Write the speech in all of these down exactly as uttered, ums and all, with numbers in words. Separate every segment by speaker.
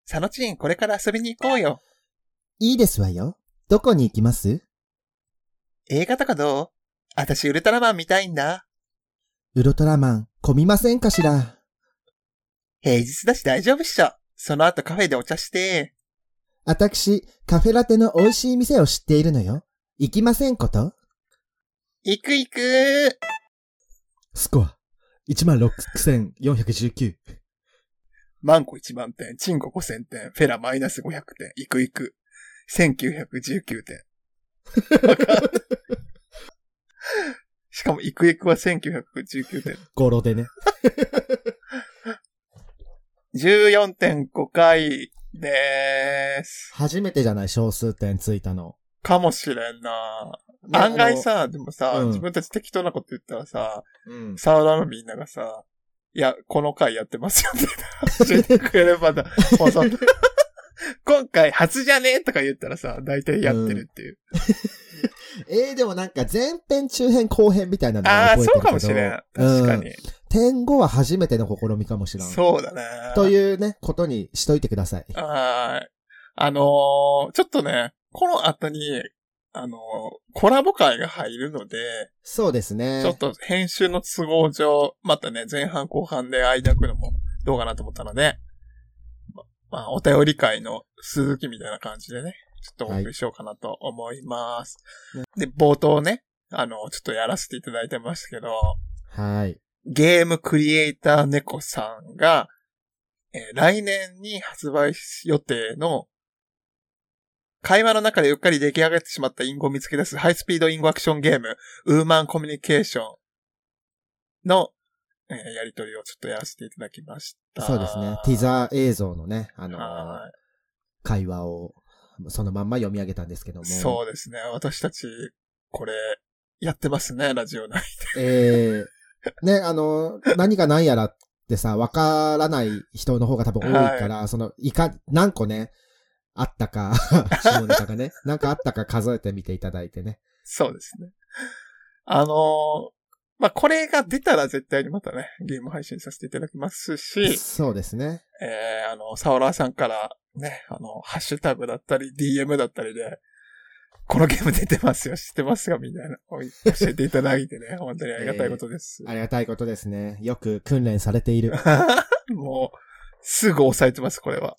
Speaker 1: サノチン、これから遊びに行こうよ。
Speaker 2: いいですわよ。どこに行きます？
Speaker 1: 映画とかどう？私ウルトラマン見たいんだ。
Speaker 2: ウルトラマン、混みませんかしら？
Speaker 1: 平日だし大丈夫っしょ。その後カフェでお茶して。
Speaker 2: あたくし、カフェラテの美味しい店を知っているのよ。行きませんこと？
Speaker 1: 行く行く。
Speaker 2: スコア、いちまんろくせんよんひゃくじゅうきゅう。
Speaker 1: マンコいちまんてん、チンコごせんてん、フェラマイナスごひゃくてん、行く行く。せんきゅうひゃくじゅうきゅうてん。しかも、行く行くはせんきゅうひゃくじゅうきゅうてん。
Speaker 2: 語呂でね。
Speaker 1: じゅうよんてんごかいでーす。
Speaker 2: 初めてじゃない小数点ついたの。
Speaker 1: かもしれんな、
Speaker 2: ね、
Speaker 1: 案外さ、でもさ、
Speaker 2: うん、
Speaker 1: 自分たち適当なこと言ったらさ、
Speaker 2: うん、
Speaker 1: サウダーのみんながさ、いや、この回やってますよって教えてくれればだ。もうそ今回初じゃねえとか言ったらさ、大体やってるっていう。
Speaker 2: うん、えー、でもなんか前編中編後編みたいなのが覚えてるけど。ああ、そう
Speaker 1: かもしれん。確かに。
Speaker 2: うん、点ごは初めての試みかもしれん。
Speaker 1: そうだね。
Speaker 2: というね、ことにしといてください。
Speaker 1: はい。あのー、ちょっとね、この後に、あのー、コラボ会が入るので、
Speaker 2: そうですね。
Speaker 1: ちょっと編集の都合上、またね、前半後半で間空くのもどうかなと思ったので、ま、まあ、お便り会の続きみたいな感じでね、ちょっとお送りしようかなと思います。はい、で、冒頭ね、あの、ちょっとやらせていただいてましたけど、
Speaker 2: はい。
Speaker 1: ゲームクリエイター猫さんが、えー、来年に発売予定の会話の中でうっかり出来上がってしまった隠語を見つけ出すハイスピード隠語アクションゲーム、ウーマンコミュニケーションの、えー、やりとりをちょっとやらせていただきました。
Speaker 2: そうですね。ティザー映像のね、あのー、会話をそのまんま読み上げたんですけども。
Speaker 1: そうですね。私たち、これ、やってますね、ラジオ内で。
Speaker 2: えー、ね、あのー、何が何やらってさ、わからない人の方が多分多いから、はい、その、いか、何個ね、あったか、下ネタがね、なんかあったか数えてみていただいてね。
Speaker 1: そうですね。あのー、まあ、これが出たら絶対にまたね、ゲーム配信させていただきますし、
Speaker 2: そうですね。
Speaker 1: えー、あの、サオラーさんからね、あの、ハッシュタグだったり、ディーエム だったりで、このゲーム出てますよ、知ってますかみたいな、教えていただいてね、本当にありがたいことです、
Speaker 2: えー。ありがたいことですね。よく訓練されている。
Speaker 1: もう、すぐ押さえてます、これは。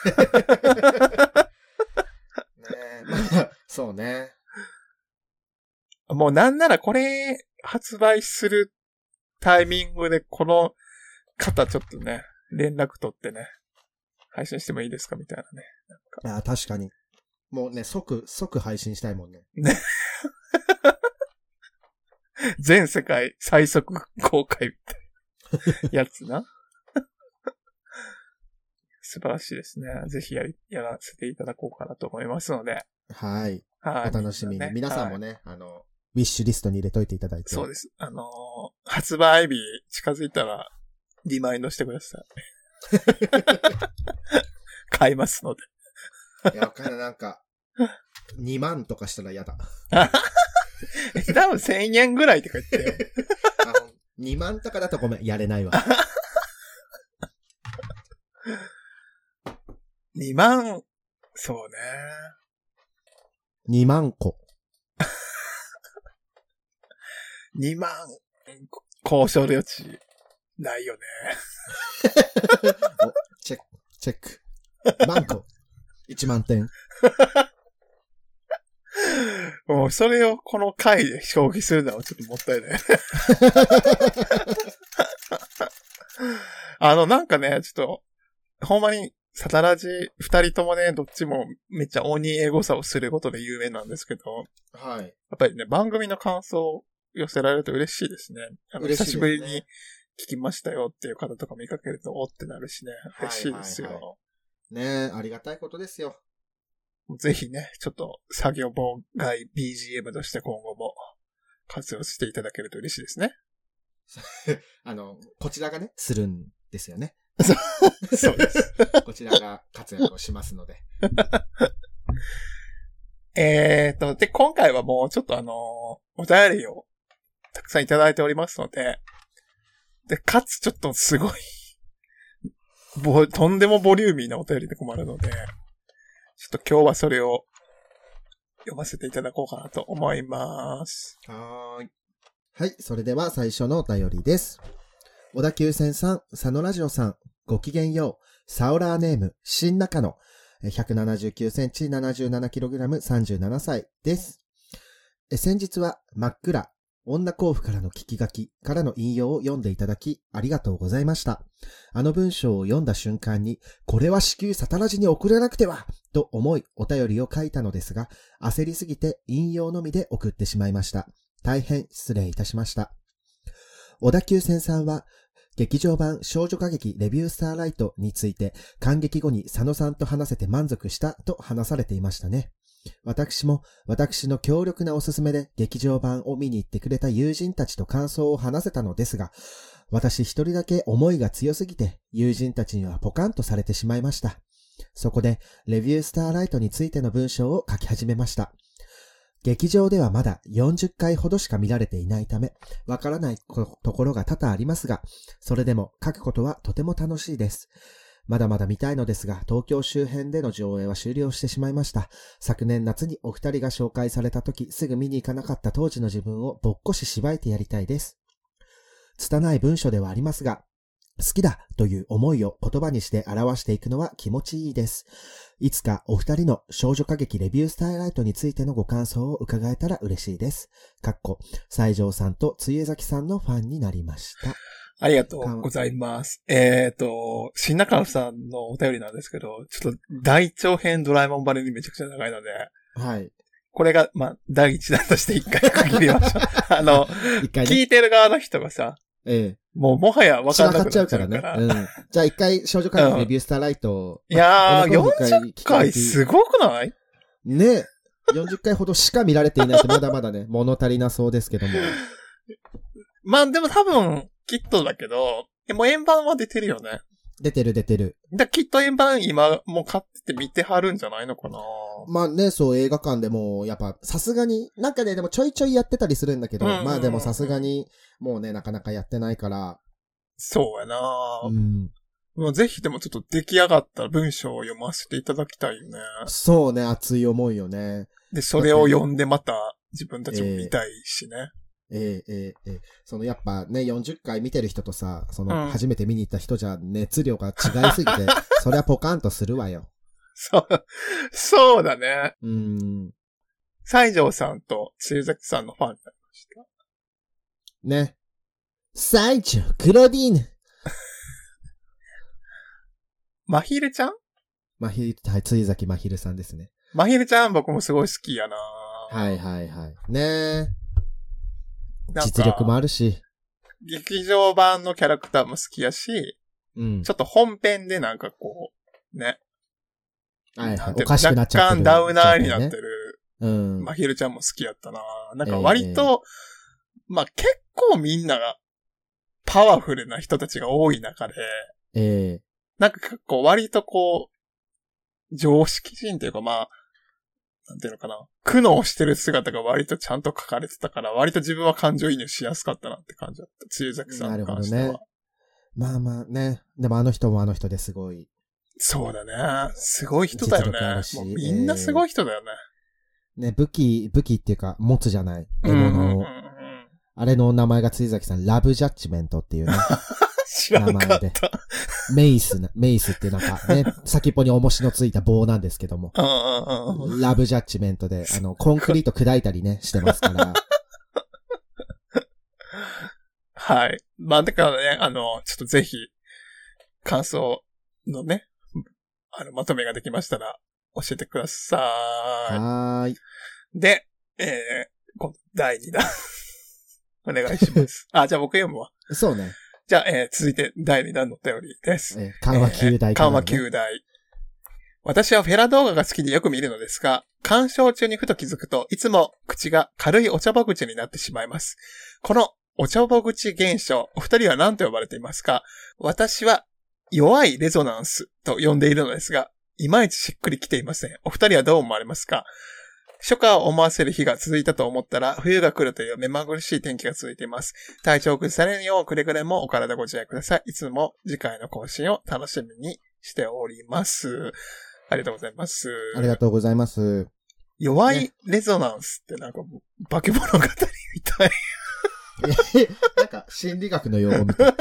Speaker 2: ね、まあ、そうね。
Speaker 1: もうなんならこれ発売するタイミングでこの方ちょっとね、連絡取ってね、配信してもいいですかみたいなね。
Speaker 2: なんかいや、確かに。もうね、即、即配信したいもんね。
Speaker 1: ね。全世界最速公開みたいなやつな。素晴らしいですね。ぜひやり、やらせていただこうかなと思いますので。
Speaker 2: はい。
Speaker 1: はい。
Speaker 2: お楽しみに。ね、皆さんもね、はい、あの、ウィッシュリストに入れといていただいて。
Speaker 1: そうです。あのー、発売日近づいたら、リマインドしてください。買いますので。
Speaker 2: いや、わかんない。なんか、にまんとかしたら嫌だ。
Speaker 1: 多分せんえんぐらいとか言ってよ。
Speaker 2: にまんとかだとごめん、やれないわ。
Speaker 1: にまん、そうね。
Speaker 2: にまんこ。
Speaker 1: にまん、交渉の余地、ないよね。
Speaker 2: お、チェック、チェック。マンコ。いちまんてん。
Speaker 1: もう、それをこの回で消費するのはちょっともったいない。あの、なんかね、ちょっと、ほんまに、サタラジ、二人ともね、どっちもめっちゃ鬼エゴさをすることで有名なんですけど、
Speaker 2: はい。
Speaker 1: やっぱりね、番組の感想を寄せられると嬉しいですね。あの、久しぶりに聞きましたよっていう方とか見かけると、おってなるしね、嬉しいですよ。はいはいはい、
Speaker 2: ねえ、ありがたいことですよ。
Speaker 1: ぜひね、ちょっと作業妨害 ビージーエム として今後も活用していただけると嬉しいですね。
Speaker 2: あの、こちらがね、するんですよね。
Speaker 1: そうです。
Speaker 2: こちらが活躍をしますので。
Speaker 1: えーと、で、今回はもうちょっとあの、お便りをたくさんいただいておりますので、で、かつちょっとすごい、 ぼ、とんでもボリューミーなお便りで困るので、ちょっと今日はそれを読ませていただこうかなと思います。
Speaker 2: はーい。はい、それでは最初のお便りです。小田急線さん、佐野ラジオさん、ごきげんよう、サオラーネーム、新中野、ひゃくななじゅうきゅうセンチ、ななじゅうななキログラム、さんじゅうななさいです。先日は真っ暗、女甲府からの聞き書きからの引用を読んでいただき、ありがとうございました。あの文章を読んだ瞬間に、これは至急サタラジに送らなくてはと思いお便りを書いたのですが、焦りすぎて引用のみで送ってしまいました。大変失礼いたしました。小田急線さんは、劇場版少女歌劇レビュースターライトについて、感激後に佐野さんと話せて満足したと話されていましたね。私も私の強力なおすすめで劇場版を見に行ってくれた友人たちと感想を話せたのですが、私一人だけ思いが強すぎて友人たちにはポカンとされてしまいました。そこでレビュースターライトについての文章を書き始めました。劇場ではまだよんじゅっかいほどしか見られていないため、わからないところが多々ありますが、それでも書くことはとても楽しいです。まだまだ見たいのですが、東京周辺での上映は終了してしまいました。昨年夏にお二人が紹介された時、すぐ見に行かなかった当時の自分をぼっこししばいてやりたいです。拙い文章ではありますが、好きだという思いを言葉にして表していくのは気持ちいいです。いつかお二人の少女歌劇レビュースタイライトについてのご感想を伺えたら嬉しいです。かっこ、西条さんとつゆえざきさんのファンになりました。
Speaker 1: ありがとうございます。えっと、新中野さんのお便りなんですけど、ちょっと大長編ドラえもんバレにめちゃくちゃ長いので、
Speaker 2: はい。
Speaker 1: これが、まあ、第一弾として一回区切りましょう。あの、一回ね、聞いてる側の人がさ、
Speaker 2: ええ。
Speaker 1: もうもはや分かんなくなっちゃうから。
Speaker 2: 散らかっちゃうからね。うん。じゃあ一回少女歌劇レビュースターライトを。
Speaker 1: いやー、よんじゅっかいすごくない
Speaker 2: ねえ。よんじゅっかいほどしか見られていないってまだまだね、物足りなそうですけども。
Speaker 1: まあでも多分、きっとだけど、でも円盤は出てるよね。
Speaker 2: 出てる出てる。
Speaker 1: だきっと円盤今もう買ってて見てはるんじゃないのかな。
Speaker 2: まあね、そう映画館でもやっぱさすがに、なんかねでもちょいちょいやってたりするんだけど、うんうんうん、まあでもさすがにもうねなかなかやってないから。
Speaker 1: そうやな。
Speaker 2: うん。
Speaker 1: もうぜひでもちょっと出来上がった文章を読ませていただきたいよね。
Speaker 2: そうね、熱い思いよね。
Speaker 1: で、それを読んでまた自分たちも見たいしね。
Speaker 2: ええええええそのやっぱね、よんじゅっかい見てる人とさ、その初めて見に行った人じゃ熱量が違いすぎて、うん、そりゃポカンとするわよ。
Speaker 1: そう、そうだね。
Speaker 2: うん。
Speaker 1: 西条さんとつゆざきさんのファンになりました。
Speaker 2: ね。西条、クロディーヌ。
Speaker 1: まひるちゃん
Speaker 2: まひる、はい、つゆざきまひるさんですね。
Speaker 1: まひるちゃん僕もすごい好きやな。
Speaker 2: はいはいはい。ねえ。実力もあるし。
Speaker 1: 劇場版のキャラクターも好きやし、うん、ちょっと本編でなんかこう、ね。
Speaker 2: はいはい。おかしくなっちゃってる、
Speaker 1: 若干ダウナーになってる。
Speaker 2: うん。
Speaker 1: まひるちゃんも好きやったな。なんか割と、えー、まあ結構みんながパワフルな人たちが多い中で、
Speaker 2: えー、
Speaker 1: なんか結構割とこう、常識人というかまあ、なんていうのかな。苦悩してる姿が割とちゃんと書かれてたから、割と自分は感情移入しやすかったなって感じだった。つゆざきさんに関しては。なるほどね。
Speaker 2: まあまあね。でもあの人もあの人ですごい。
Speaker 1: そうだね。すごい人だよね。もうみんなすごい人だよね。
Speaker 2: えー、ね、武器、武器っていうか、持つじゃない。獲物を。あれの名前がつゆざきさん、ラブジャッジメントっていうね。
Speaker 1: 知らなかった。
Speaker 2: メイスな、メイスってなんかね、先っぽに重しのついた棒なんですけども。ラブジャッジメントで、あの、コンクリート砕いたりね、してますから。
Speaker 1: はい。まあ、だからね、あの、ちょっとぜひ、感想のね、あの、まとめができましたら、教えてください。
Speaker 2: はーい。
Speaker 1: で、えー、今度、だいにだん。お願いします。あ、じゃあ僕読むわ。
Speaker 2: そうね。
Speaker 1: じゃあ、えー、続いてだいにだんのお便りです。
Speaker 2: えー、緩和球大、ね。
Speaker 1: 緩和球大。私はフェラ動画が好きでよく見るのですが、鑑賞中にふと気づくと、いつも口が軽いお茶ぼ口になってしまいます。このお茶ぼ口現象、お二人は何と呼ばれていますか？私は弱いレゾナンスと呼んでいるのですが、いまいちしっくりきていません。お二人はどう思われますか？ 初夏を思わせる日が続いたと思ったら、冬が来るという目まぐるしい天気が続いています。体調を崩されるようくれぐれもお体ご自愛ください。いつも次回の更新を楽しみにしております。ありがとうございます。
Speaker 2: ありがとうございます。
Speaker 1: 弱いレゾナンスってなんか化け物語みたい。
Speaker 2: なんか心理学の用語みたい。ね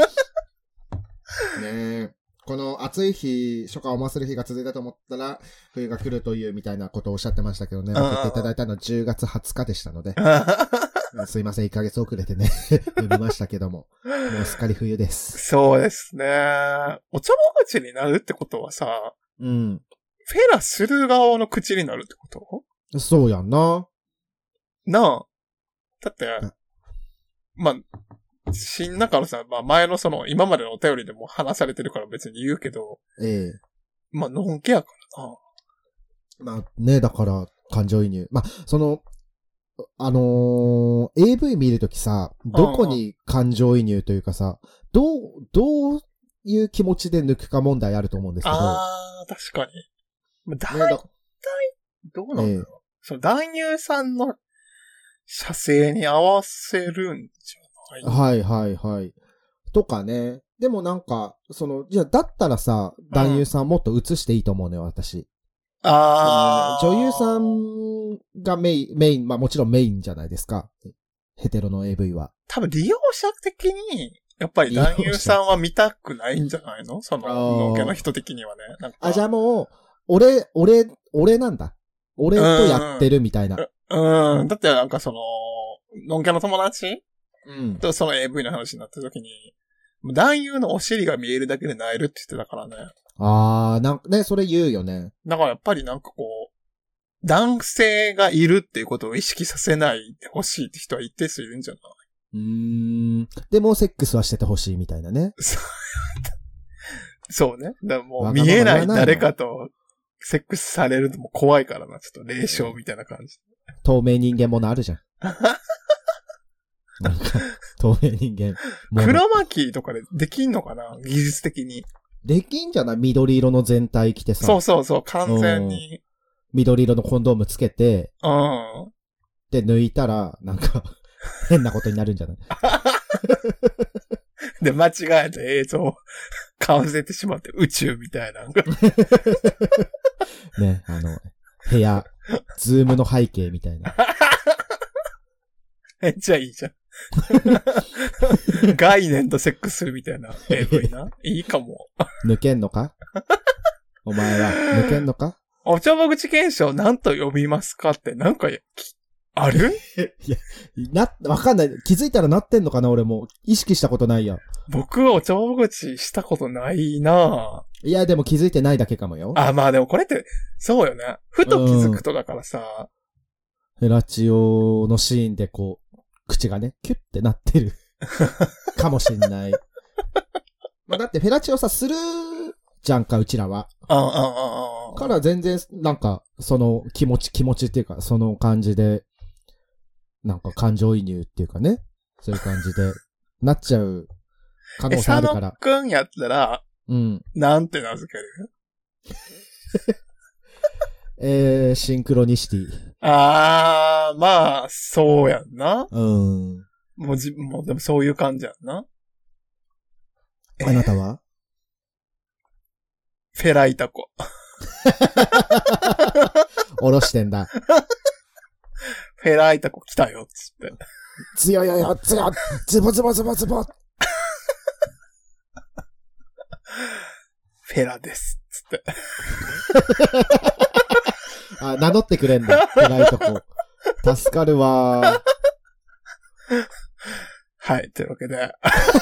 Speaker 2: え。この暑い日、初夏を思わせる日が続いたと思ったら、冬が来るというみたいなことをおっしゃってましたけどね、送っていただいたのはじゅうがつはつかでしたので、すいません、いっかげつ遅れてね、読みましたけども、もうすっかり冬です。
Speaker 1: そうですね。お茶葉口になるってことはさ、
Speaker 2: うん。
Speaker 1: フェラする側の口になるってこと
Speaker 2: そうやんな。
Speaker 1: なあ。だって、まあ、新中野さん、まあ前のその、今までのお便りでも話されてるから別に言うけど、
Speaker 2: ええ。
Speaker 1: まあ、のんけやから
Speaker 2: な。まあね、だから、感情移入。まあ、その、あのー、エーブイ 見るときさ、どこに感情移入というかさ、どう、どういう気持ちで抜くか問題あると思うんですけど。
Speaker 1: ああ、確かに。まあ、だいたい、どうなんだろう。ええ、その男優さんの射精に合わせるんじゃ
Speaker 2: はいはいはい。とかね。でもなんか、その、じゃあだったらさ、男優さんもっと映していいと思うのよ、私。
Speaker 1: ああ、
Speaker 2: ね。女優さんがメイン、メイン、まあもちろんメインじゃないですか。ヘテロの エーブイ は。
Speaker 1: 多分利用者的に、やっぱり男優さんは見たくないんじゃないのその、農家の人的にはね。なんか
Speaker 2: あ、じゃあもう、俺、俺、俺なんだ。俺とやってるみたいな。
Speaker 1: うん、うん。だってなんかその、農家の友達
Speaker 2: うん。
Speaker 1: とその エーブイ の話になった時に、男優のお尻が見えるだけで萎えるって言ってたからね。
Speaker 2: あー、なんかね、それ言うよね。
Speaker 1: だからやっぱりなんかこう、男性がいるっていうことを意識させないでほしいって人は一定数いるんじゃないう
Speaker 2: ーん。でもセックスはしててほしいみたいなね。
Speaker 1: そうね。だからもう見えない誰かとセックスされるのも怖いからな。ちょっと霊障みたいな感じ。
Speaker 2: 透明人間ものあるじゃん。なんか、透明人間。
Speaker 1: クロマキーとかでできんのかな技術的に。
Speaker 2: できんじゃない？緑色の全体着てさ。
Speaker 1: そうそうそう、完全に。
Speaker 2: 緑色のコンドームつけて、
Speaker 1: うん。
Speaker 2: で、抜いたら、なんか、変なことになるんじゃない
Speaker 1: で、間違えて映像をかわせてしまって宇宙みたいな。
Speaker 2: ね、あの、部屋、ズームの背景みたいな。
Speaker 1: めっちゃいいじゃん。概念とセックスするみたいな エーブイ な。いいかも。
Speaker 2: 抜けんのかお前は、抜けんのか
Speaker 1: お茶葉口検証何と呼びますかってなんか、ある
Speaker 2: いや、な、わかんない。気づいたらなってんのかな俺も。意識したことないや。
Speaker 1: 僕はお茶葉口したことないなぁ。
Speaker 2: いや、でも気づいてないだけかもよ。
Speaker 1: あ、まあでもこれって、そうよね。ふと気づくとだからさ。
Speaker 2: フェラチオのシーンでこう、口がね、キュッてなってる。かもしんない。まあ、だってフェラチオさ、するじゃんか、うちらは。
Speaker 1: ああ、ああ、ああ。
Speaker 2: から全然、なんか、その気持ち、気持ちっていうか、その感じで、なんか感情移入っていうかね。そういう感じで、なっちゃう可能性あるから。
Speaker 1: 佐野くんやったら、
Speaker 2: うん。
Speaker 1: なんて名付ける
Speaker 2: えー、シンクロニシティ。
Speaker 1: あー、まあ、そうやんな。
Speaker 2: うん。
Speaker 1: もうじ、もうでもそういう感じやんな。
Speaker 2: あなたは、
Speaker 1: えー、フェライタコ。
Speaker 2: おろしてんだ。
Speaker 1: フェライタコ来たよ、つって。
Speaker 2: 強いよよ、強いズボズボズボズボ
Speaker 1: フェラです、つって。
Speaker 2: あ、名乗ってくれんだ。フェライタコ。助かるわー。
Speaker 1: はい、というわけで。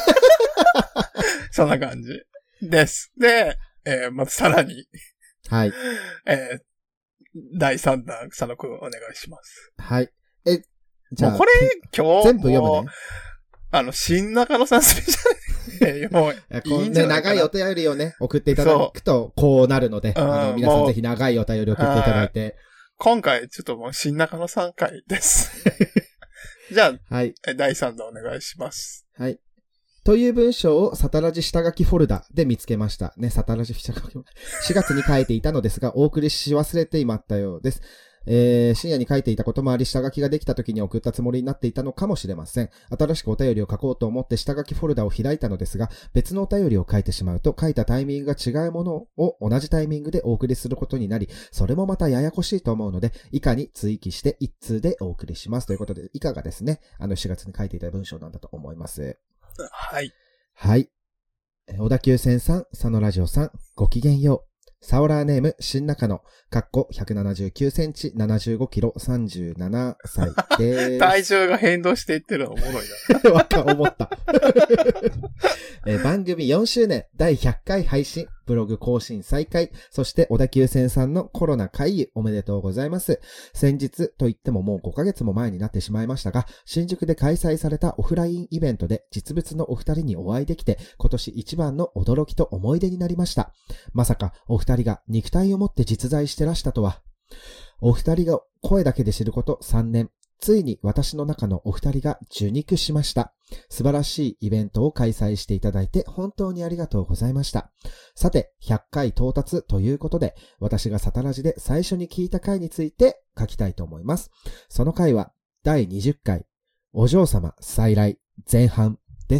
Speaker 1: そんな感じです。で、えー、またさらに。
Speaker 2: はい。
Speaker 1: えー、だいさんだん、佐野くんお願いします。
Speaker 2: はい。え、じゃあ。
Speaker 1: もうこれ、今日。
Speaker 2: 全部読むね。
Speaker 1: あの、新中野さんスペシャルで、もう、いいんじゃないかな。
Speaker 2: ね、長いお便りをね、送っていただくと、こうなるので、あの、皆さんぜひ長いお便りを送っていただいて。
Speaker 1: 今回、ちょっともう新中野さん回です。じゃあ、
Speaker 2: はい。
Speaker 1: だいさんだんお願いします。
Speaker 2: はい。という文章をサタラジ下書きフォルダで見つけました。ね、サタラジ下書き。しがつに書いていたのですが、お送りし忘れていまったようです。 えー、深夜に書いていたこともあり、下書きができた時に送ったつもりになっていたのかもしれません。新しくお便りを書こうと思って下書きフォルダを開いたのですが、別のお便りを書いてしまうと、書いたタイミングが違うものを同じタイミングでお送りすることになり、それもまたややこしいと思うので、以下に追記して一通でお送りします。ということで、以下がですね、あのしがつに書いていた文章なんだと思います。
Speaker 1: はい。
Speaker 2: はい。小田急線さん、佐野ラジオさん、ごきげんよう。サオラーネーム、新中野、かっこひゃくななじゅうきゅうセンチ、ななじゅうごキロ、さんじゅうななさいです。
Speaker 1: 体重が変動していってるのおもろいな。
Speaker 2: わか、思った。えー、番組よんしゅうねん、だいひゃっかい配信、ブログ更新再開、そして小田急線さんのコロナ回遊おめでとうございます。先日といってももうごかげつも前になってしまいましたが、新宿で開催されたオフラインイベントで実物のお二人にお会いできて、今年一番の驚きと思い出になりました。まさかお二人が肉体を持って実在してらしたとは。お二人が声だけで知ることさんねん。ついに私の中のお二人が受肉しました。素晴らしいイベントを開催していただいて本当にありがとうございました。さて、ひゃっかい到達ということで、私がサタラジで最初に聞いた回について書きたいと思います。その回はだいにじゅっかい、お嬢様再来前半です。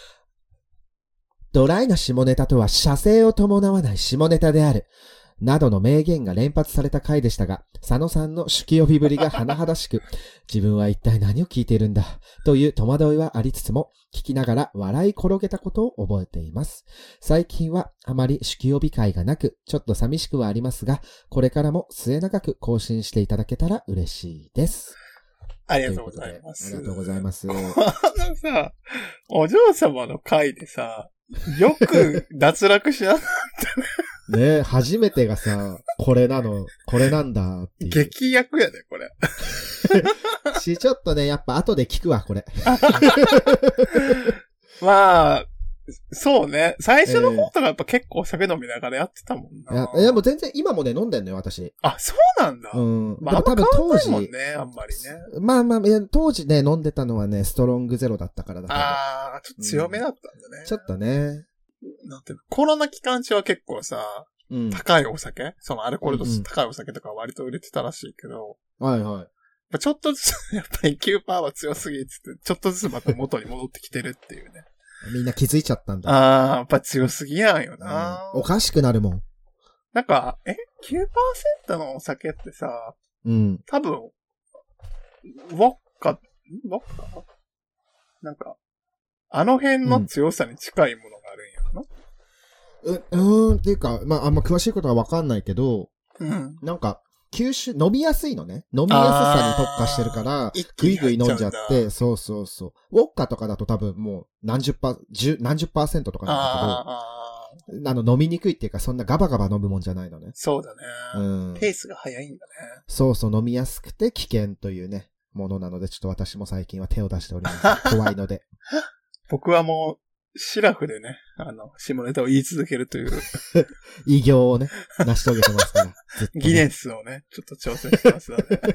Speaker 2: ドライな下ネタとは射精を伴わない下ネタである。などの名言が連発された回でしたが、佐野さんの手記呼びぶりが甚だしく、自分は一体何を聞いているんだ、という戸惑いはありつつも、聞きながら笑い転げたことを覚えています。最近はあまり手記呼び会がなく、ちょっと寂しくはありますが、これからも末永く更新していただけたら嬉しいです。
Speaker 1: ありがとうございます。
Speaker 2: ありがとうございます。
Speaker 1: このさ、お嬢様の回でさ、よく脱落しなかったね。
Speaker 2: ねえ、初めてがさ、これなの、これなんだっていう。
Speaker 1: 劇薬やね、これ。
Speaker 2: し、ちょっとね、やっぱ後で聞くわ、これ。
Speaker 1: まあ、そうね。最初の方とかやっぱ結構酒飲みながらやってたもんな。
Speaker 2: いや、いやもう全然今もね、飲んでんのよ、私。
Speaker 1: あ、そうなんだ。
Speaker 2: うん。
Speaker 1: まあ、
Speaker 2: 多分当時。
Speaker 1: もんね、あんまりね。
Speaker 2: まあまあ、いや当時ね、飲んでたのはね、ストロングゼロだったからだけど。
Speaker 1: ああ、ちょっと強めだったんだね。
Speaker 2: うん、ちょっとね。
Speaker 1: なんていうの、コロナ期間中は結構さ、うん、高いお酒そのアルコール度数高いお酒とか割と売れてたらしいけど。
Speaker 2: うんうん、はいはい。
Speaker 1: ちょっとずつ、やっぱり きゅうパーセント は強すぎってって、ちょっとずつまた元に戻ってきてるっていうね。
Speaker 2: みんな気づいちゃったんだ。
Speaker 1: ああ、やっぱ強すぎやんよな、
Speaker 2: うん。おかしくなるもん。
Speaker 1: なんか、え ?きゅうパーセント のお酒ってさ、
Speaker 2: うん。
Speaker 1: 多分、ウォッカ、ウォッカなんか、あの辺の強さに近いものがあるんやろな、
Speaker 2: うん、うーん、っていうか、まあ、あんま詳しいことはわかんないけど、
Speaker 1: うん。
Speaker 2: なんか、吸収、飲みやすいのね。飲みやすさに特化してるから、ぐいぐい飲んじゃって、そうそうそう。ウォッカとかだと多分もう何十パー、十、何十パーセントとかなんだけど、あの飲みにくいっていうかそんなガバガバ飲むもんじゃないのね。
Speaker 1: そうだね。
Speaker 2: うん。
Speaker 1: ペースが早いんだね。
Speaker 2: そうそう、飲みやすくて危険というね、ものなので、ちょっと私も最近は手を出しております。怖いので。
Speaker 1: 僕はもう、シラフでね、あの、下ネタを言い続けるという。
Speaker 2: 偉業をね、成し遂げてますから。
Speaker 1: ずっとね、ギネスをね、ちょっと挑戦してますので。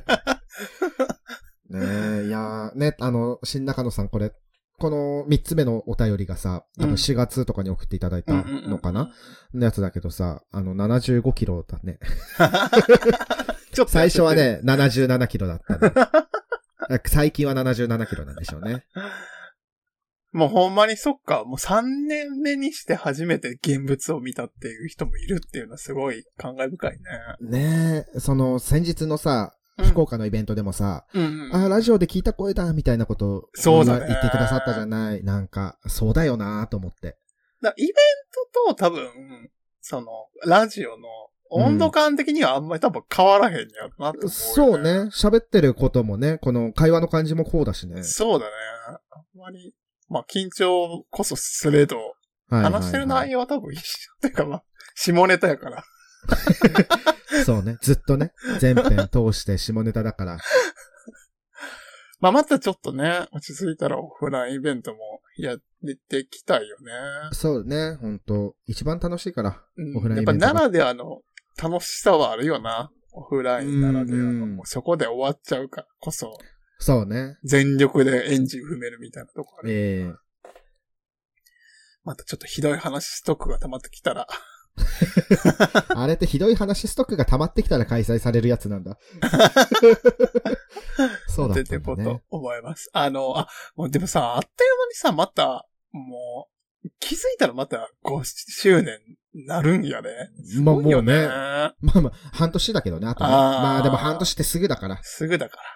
Speaker 2: ねえ、いやー、ね、あの、新中野さんこれ、この三つ目のお便りがさ、多分しがつとかに送っていただいたのかな、のやつだけどさ、あの、ななじゅうごキロだね。ちょっと最初はね、ななじゅうななキロだったね。最近はななじゅうななキロなんでしょうね。
Speaker 1: もうほんまにそっか、もうさんねんめにして初めて現物を見たっていう人もいるっていうのはすごい感慨深いね。
Speaker 2: ねえ、その先日のさ、福岡のイベントでもさ、
Speaker 1: うんうん、
Speaker 2: あ、ラジオで聞いた声だ、みたいなことを
Speaker 1: そうだ、ね、
Speaker 2: 言ってくださったじゃない。なんか、そうだよなと思って。
Speaker 1: だイベントと多分、その、ラジオの温度感的にはあんまり多分変わらへんやろなと思う、ね、
Speaker 2: そうね。喋ってることもね、この会話の感じもこうだしね。
Speaker 1: そうだね。あんまり、まあ緊張こそすれど、はいはいはい、話してる内容は多分一緒っていうかまあ、下ネタやから。
Speaker 2: そうね。ずっとね、全編通して下ネタだから。
Speaker 1: まあまたちょっとね、落ち着いたらオフラインイベントもやっていきたいよね。
Speaker 2: そうね。本当一番楽しいから、
Speaker 1: うん、オフラインイベント。やっぱならではの楽しさはあるよな。オフラインならではの。もうそこで終わっちゃうからこそ。
Speaker 2: そうね。
Speaker 1: 全力でエンジン踏めるみたいなとこある。
Speaker 2: ええー。
Speaker 1: またちょっとひどい話ストックが溜まってきたら、
Speaker 2: あれってひどい話ストックが溜まってきたら開催されるやつなんだ。そうだったんだね。
Speaker 1: ってこと思います。あの、あ、もうでもさ、あっという間にさ、また、もう、気づいたらまたごしゅうねんなるんやね。すごいよね。
Speaker 2: まあもうね。まあまあ、半年だけどね、あとね。
Speaker 1: あ
Speaker 2: まあでも半年ってすぐだから。
Speaker 1: すぐだから。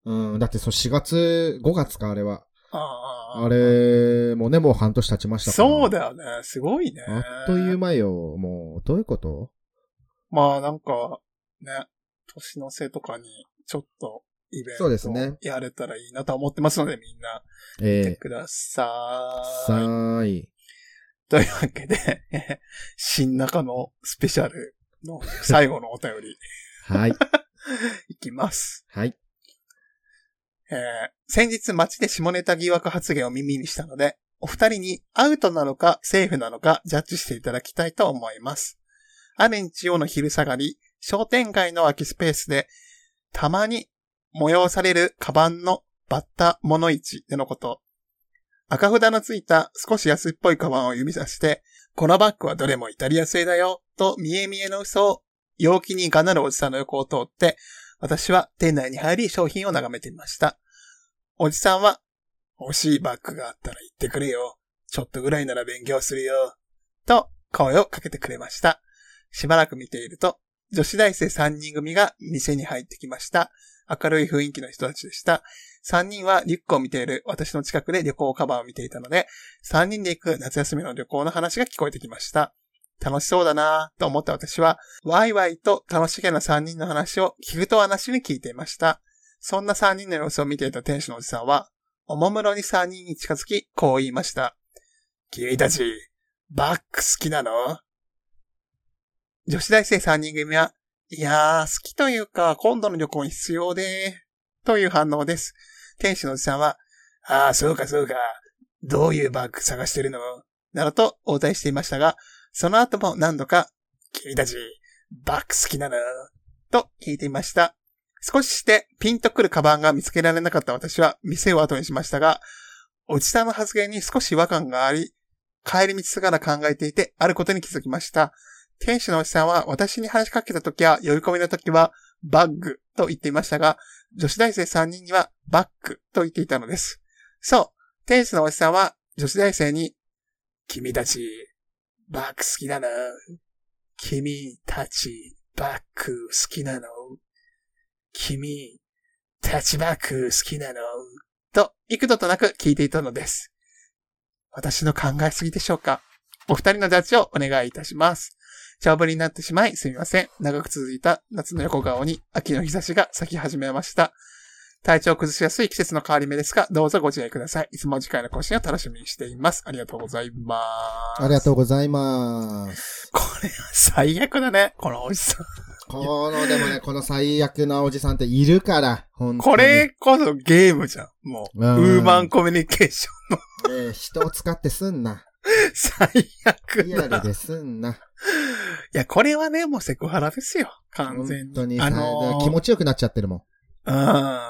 Speaker 2: うん、だってそうしがつ、ごがつか、あれは。
Speaker 1: あ
Speaker 2: あれもね、もう半年経ちましたから。
Speaker 1: そうだよね。すごいね。
Speaker 2: あっという間よ。もう、どういうこと？
Speaker 1: まあなんか、ね、年の瀬とかにちょっとイベント
Speaker 2: そうですね。
Speaker 1: やれたらいいなと思ってますので、みんな見てください。
Speaker 2: さーい。
Speaker 1: というわけで、新中野スペシャルの最後のお便り。
Speaker 2: はい。
Speaker 1: いきます。
Speaker 2: はい。
Speaker 1: えー、先日街で下ネタ疑惑発言を耳にしたので、お二人にアウトなのかセーフなのかジャッジしていただきたいと思います。ある日曜の昼下がり、商店街の空きスペースで、たまに催されるカバンのバッタモノ市でのこと。赤札のついた少し安っぽいカバンを指さして、このバッグはどれもイタリア製だよ、と見え見えの嘘を陽気にがなるおじさんの横を通って、私は店内に入り商品を眺めていました。おじさんは、欲しいバッグがあったら言ってくれよ。ちょっとぐらいなら勉強するよ。と声をかけてくれました。しばらく見ていると、女子大生さんにん組が店に入ってきました。明るい雰囲気の人たちでした。さんにんはリュックを見ている私の近くで旅行カバーを見ていたので、さんにんで行く夏休みの旅行の話が聞こえてきました。楽しそうだなぁと思った私は、ワイワイと楽しげなさんにんの話を聞くとはなしに聞いていました。そんなさんにんの様子を見ていた店主のおじさんは、おもむろにさんにんに近づき、こう言いました。君たち、バッグ好きなの？女子大生さんにん組は、いやー、好きというか、今度の旅行に必要で、という反応です。店主のおじさんは、ああ、そうかそうか、どういうバッグ探してるの？などと応対していましたが、その後も何度か、君たち、バッグ好きなの？と聞いていました。少ししてピンとくるカバンが見つけられなかった私は店を後にしましたが、おじさんの発言に少し違和感があり、帰り道すがら考えていて、あることに気づきました。店主のおじさんは私に話しかけた時や呼び込みの時はバッグと言っていましたが、女子大生さんにんにはバッグと言っていたのです。そう、店主のおじさんは女子大生に、君たち、バッグ好きなの？君たち、バッグ好きなの？君たちバッグ好きなの？と幾度となく聞いていたのです。私の考えすぎでしょうか？お二人のジャッジをお願いいたします。長ぶりになってしまいすみません。長く続いた夏の横顔に秋の日差しが咲き始めました。体調を崩しやすい季節の変わり目ですが、どうぞご自愛ください。いつも次回の更新を楽しみにしています。ありがとうございます。
Speaker 2: ありがとうございます。
Speaker 1: これは最悪だね、このおじさん。
Speaker 2: この、でもね、この最悪なおじさんっているから、本当に。
Speaker 1: これこそゲームじゃん。もう、ウーマンコミュニケーションの。
Speaker 2: ねえ、人を使ってすんな。
Speaker 1: 最悪だ。
Speaker 2: リアルですんな。
Speaker 1: いや、これはね、もうセクハラですよ。完全に。
Speaker 2: 本当に、
Speaker 1: あのー、
Speaker 2: 気持ちよくなっちゃってるも
Speaker 1: ん。うん。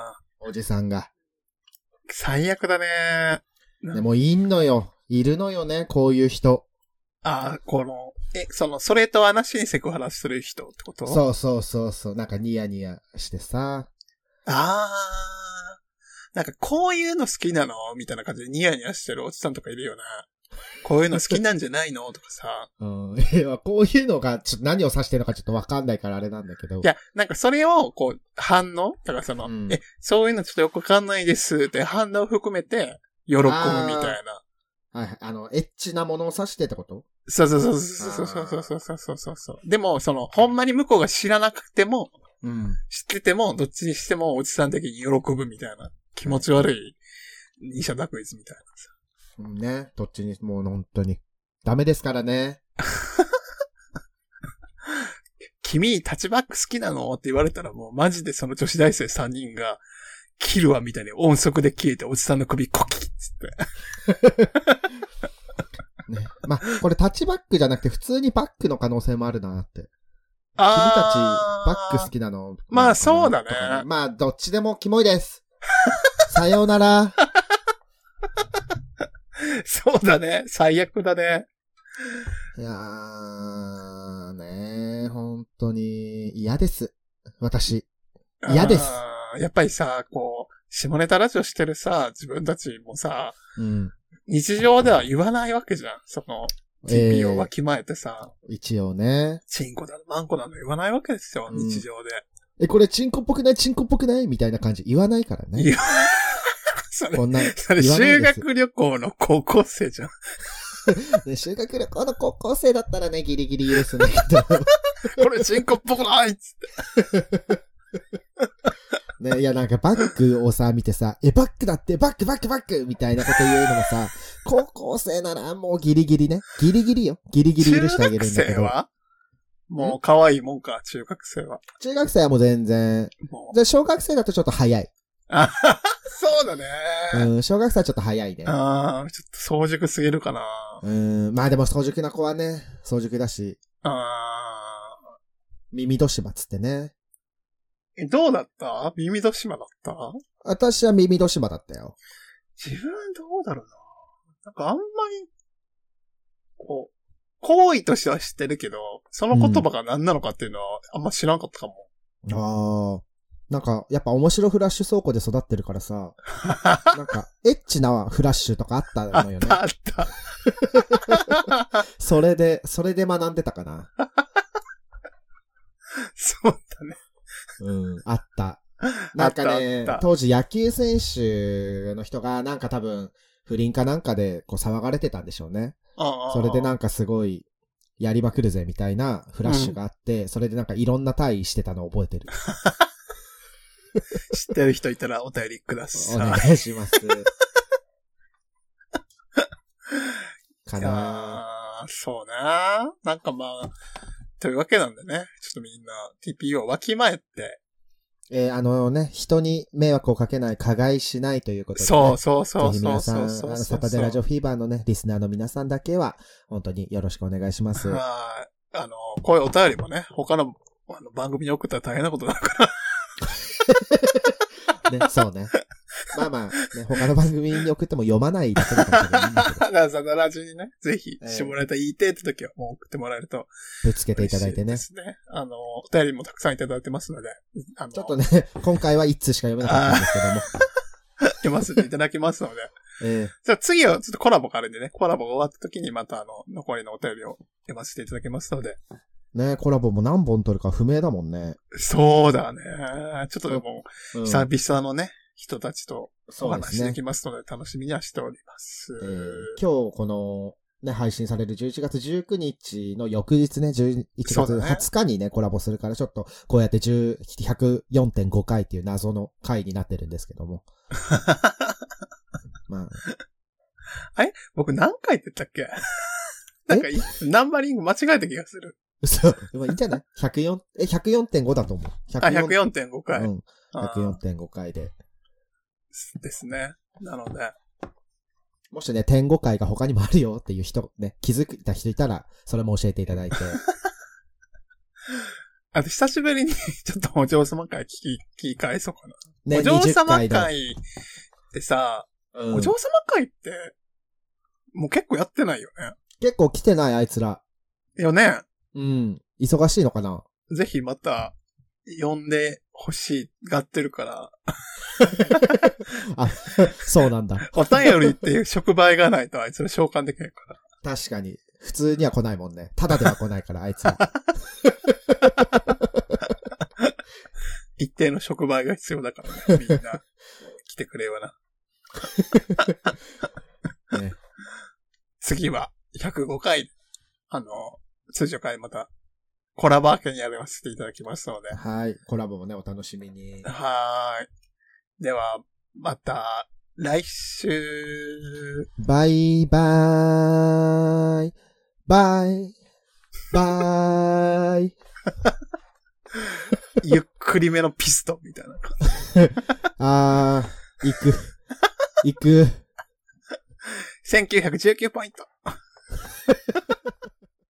Speaker 2: おじさんが。
Speaker 1: 最悪だね。
Speaker 2: でもいんのよ。いるのよね、こういう人。
Speaker 1: ああ、この、え、その、それと話にセクハラする人ってこと？
Speaker 2: そうそうそうそう。なんかニヤニヤしてさ。
Speaker 1: ああ。なんかこういうの好きなのみたいな感じでニヤニヤしてるおじさんとかいるよな。こういうの好きなんじゃないのとかさ。
Speaker 2: うん。いや、こういうのが、ちょっと何を指してるのかちょっとわかんないからあれなんだけど。
Speaker 1: いや、なんかそれを、こう、反応だからその、うん、え、そういうのちょっとよくわかんないですって反応を含めて、喜ぶみたいな。
Speaker 2: はい、あの、エッチなものを指してってこと？
Speaker 1: そうそうそうそうそうそうそうそうそうそうそう。でも、その、ほんまに向こうが知らなくても、うん、知ってても、どっちにしてもおじさん的に喜ぶみたいな、気持ち悪い二者択一みたいなさ。
Speaker 2: ね、どっちに、もう本当に。ダメですからね。
Speaker 1: 君、タッチバック好きなのって言われたらもうマジでその女子大生さんにんが、キルアみたいに音速で消えておじさんの首コキッつって。
Speaker 2: ね。まあ、これタッチバックじゃなくて普通にバックの可能性もあるなって。君たちバック好きなの？
Speaker 1: まあそうだね。
Speaker 2: まあどっちでもキモいです。さようなら。
Speaker 1: そうだね。最悪だね。
Speaker 2: いやー。 本当に嫌です。私。嫌です。
Speaker 1: やっぱりさ、こう、下ネタラジオしてるさ、自分たちもさ、うん、日常では言わないわけじゃん。その、ティーピー をわきまえてさ、
Speaker 2: えー。一応ね。
Speaker 1: チンコだの、マンコだの言わないわけですよ、うん、日常で。
Speaker 2: え、これチンコっぽくないチンコっぽくないみたいな感じ言わないからね。
Speaker 1: それ、こんなそれ修学旅行の高校生じゃん。
Speaker 2: ね、修学旅行の高校生だったらね、ギリギリ許すんだけど。
Speaker 1: これチンコっぽくないっつって。
Speaker 2: ね、いやなんかバッグをさ、見てさ、え、バッグだってバッグバッグバッグみたいなこと言うのもさ、高校生ならもうギリギリね。ギリギリよ。ギリギリ許してあげるんだけど。中学生は
Speaker 1: もう可愛いもんか、中学生は。
Speaker 2: 中学生はもう全然。で、小学生だとちょっと早い。
Speaker 1: あそうだね。
Speaker 2: うん、小学生はちょっと早いね。
Speaker 1: ああ、ちょっと早熟すぎるかな。
Speaker 2: うん、まあでも早熟な子はね、早熟だし。ああ。耳戸島つってね。
Speaker 1: え、どうだった？耳戸島だった？
Speaker 2: 私は耳戸島だったよ。
Speaker 1: 自分どうだろうな。なんかあんまり、こう、行為としては知ってるけど、その言葉が何なのかっていうのはあんま知らんかったかも。
Speaker 2: うん、ああ。なんか、やっぱ面白フラッシュ倉庫で育ってるからさ、なんか、エッチなフラッシュとかあったのよね。
Speaker 1: あったあった。
Speaker 2: それで、それで学んでたかな。
Speaker 1: そうだね。
Speaker 2: うん、あった。なんかね、あったあった当時野球選手の人がなんか多分、不倫かなんかでこう騒がれてたんでしょうね。ああそれでなんかすごい、やりまくるぜみたいなフラッシュがあって、うん、それでなんかいろんな体位してたのを覚えてる。
Speaker 1: 知ってる人いたらお便りください。
Speaker 2: お願いします。かな
Speaker 1: ぁ。そうなぁ。なんかまあ、というわけなんでね。ちょっとみんな ティーピーオー をわきまえて。
Speaker 2: えー、あのね、人に迷惑をかけない、加害しないということで、ね。
Speaker 1: そうそうそうそうそうそう。ぜひ
Speaker 2: 皆さん、あの、サタデラジオフィーバーのね、リスナーの皆さんだけは、本当によろしくお願いします。
Speaker 1: はい。あの、こういうお便りもね、他のあの番組に送ったら大変なことだから。
Speaker 2: ね、そうね。まあまあ、ね、他の番組に送っても読まないだけだからいいんだけど。だ
Speaker 1: からサタラジにね、ぜひ、下ネタ言いてって時はもう送ってもらえると。
Speaker 2: ぶつけていただいてね。
Speaker 1: ですね。あの、お便りもたくさんいただいてますので。あの
Speaker 2: ちょっとね、今回は一通しか読めなかったんですけども。
Speaker 1: 読ませていただきますので。えー、じゃあ次はちょっとコラボがあるんでね、コラボが終わった時にまたあの、残りのお便りを読ませていただきますので。
Speaker 2: ねコラボも何本撮るか不明だもんね。
Speaker 1: そうだね。ちょっとでも、うん、久々のね、人たちとお話できますので、楽しみにはしております。
Speaker 2: えー、今日この、ね、配信されるじゅういちがつじゅうくにちの翌日ね、じゅういちがつはつかにね、コラボするから、ちょっとこうやってひゃくよんてんごかいっていう謎の回になってるんですけども。まあ。
Speaker 1: あれ僕何回って言ったっけなんか、ナンバリング間違えた気がする。
Speaker 2: 嘘。でもいいんじゃない ?ひゃくよん、え、ひゃくよんてんごだと思う。
Speaker 1: あ、ひゃくよんてんごかい。
Speaker 2: うん。ひゃくよんてんごかいで。
Speaker 1: ですね。なので。
Speaker 2: もしね、点ごかいが他にもあるよっていう人、ね、気づいた人いたら、それも教えていただいて。
Speaker 1: あと、久しぶりに、ちょっとお嬢様会聞き、聞き返そうかな。ね、お嬢様会ってさ、うん、お嬢様会って、もう結構やってないよね。
Speaker 2: 結構来てない、あいつら。
Speaker 1: よね。
Speaker 2: うん。忙しいのかな？
Speaker 1: ぜひまた、呼んで欲しがってるから。
Speaker 2: あ、そうなんだ。
Speaker 1: お便りっていう触媒がないとあいつら召喚できないから。
Speaker 2: 確かに。普通には来ないもんね。ただでは来ないから、あいつら。
Speaker 1: 一定の触媒が必要だからね。みんな、来てくれよな。ね、次は、ひゃくごかい、あの、通常回また、コラボ明けにやらせていただきますので。
Speaker 2: はい。コラボもね、お楽しみに。
Speaker 1: はい。では、また、来週。
Speaker 2: バイバーイ。バイ。バイ。
Speaker 1: ゆっくりめのピストンみたいな感じ。
Speaker 2: あー、行く。行く。
Speaker 1: せんきゅうひゃくじゅうきゅうポイント。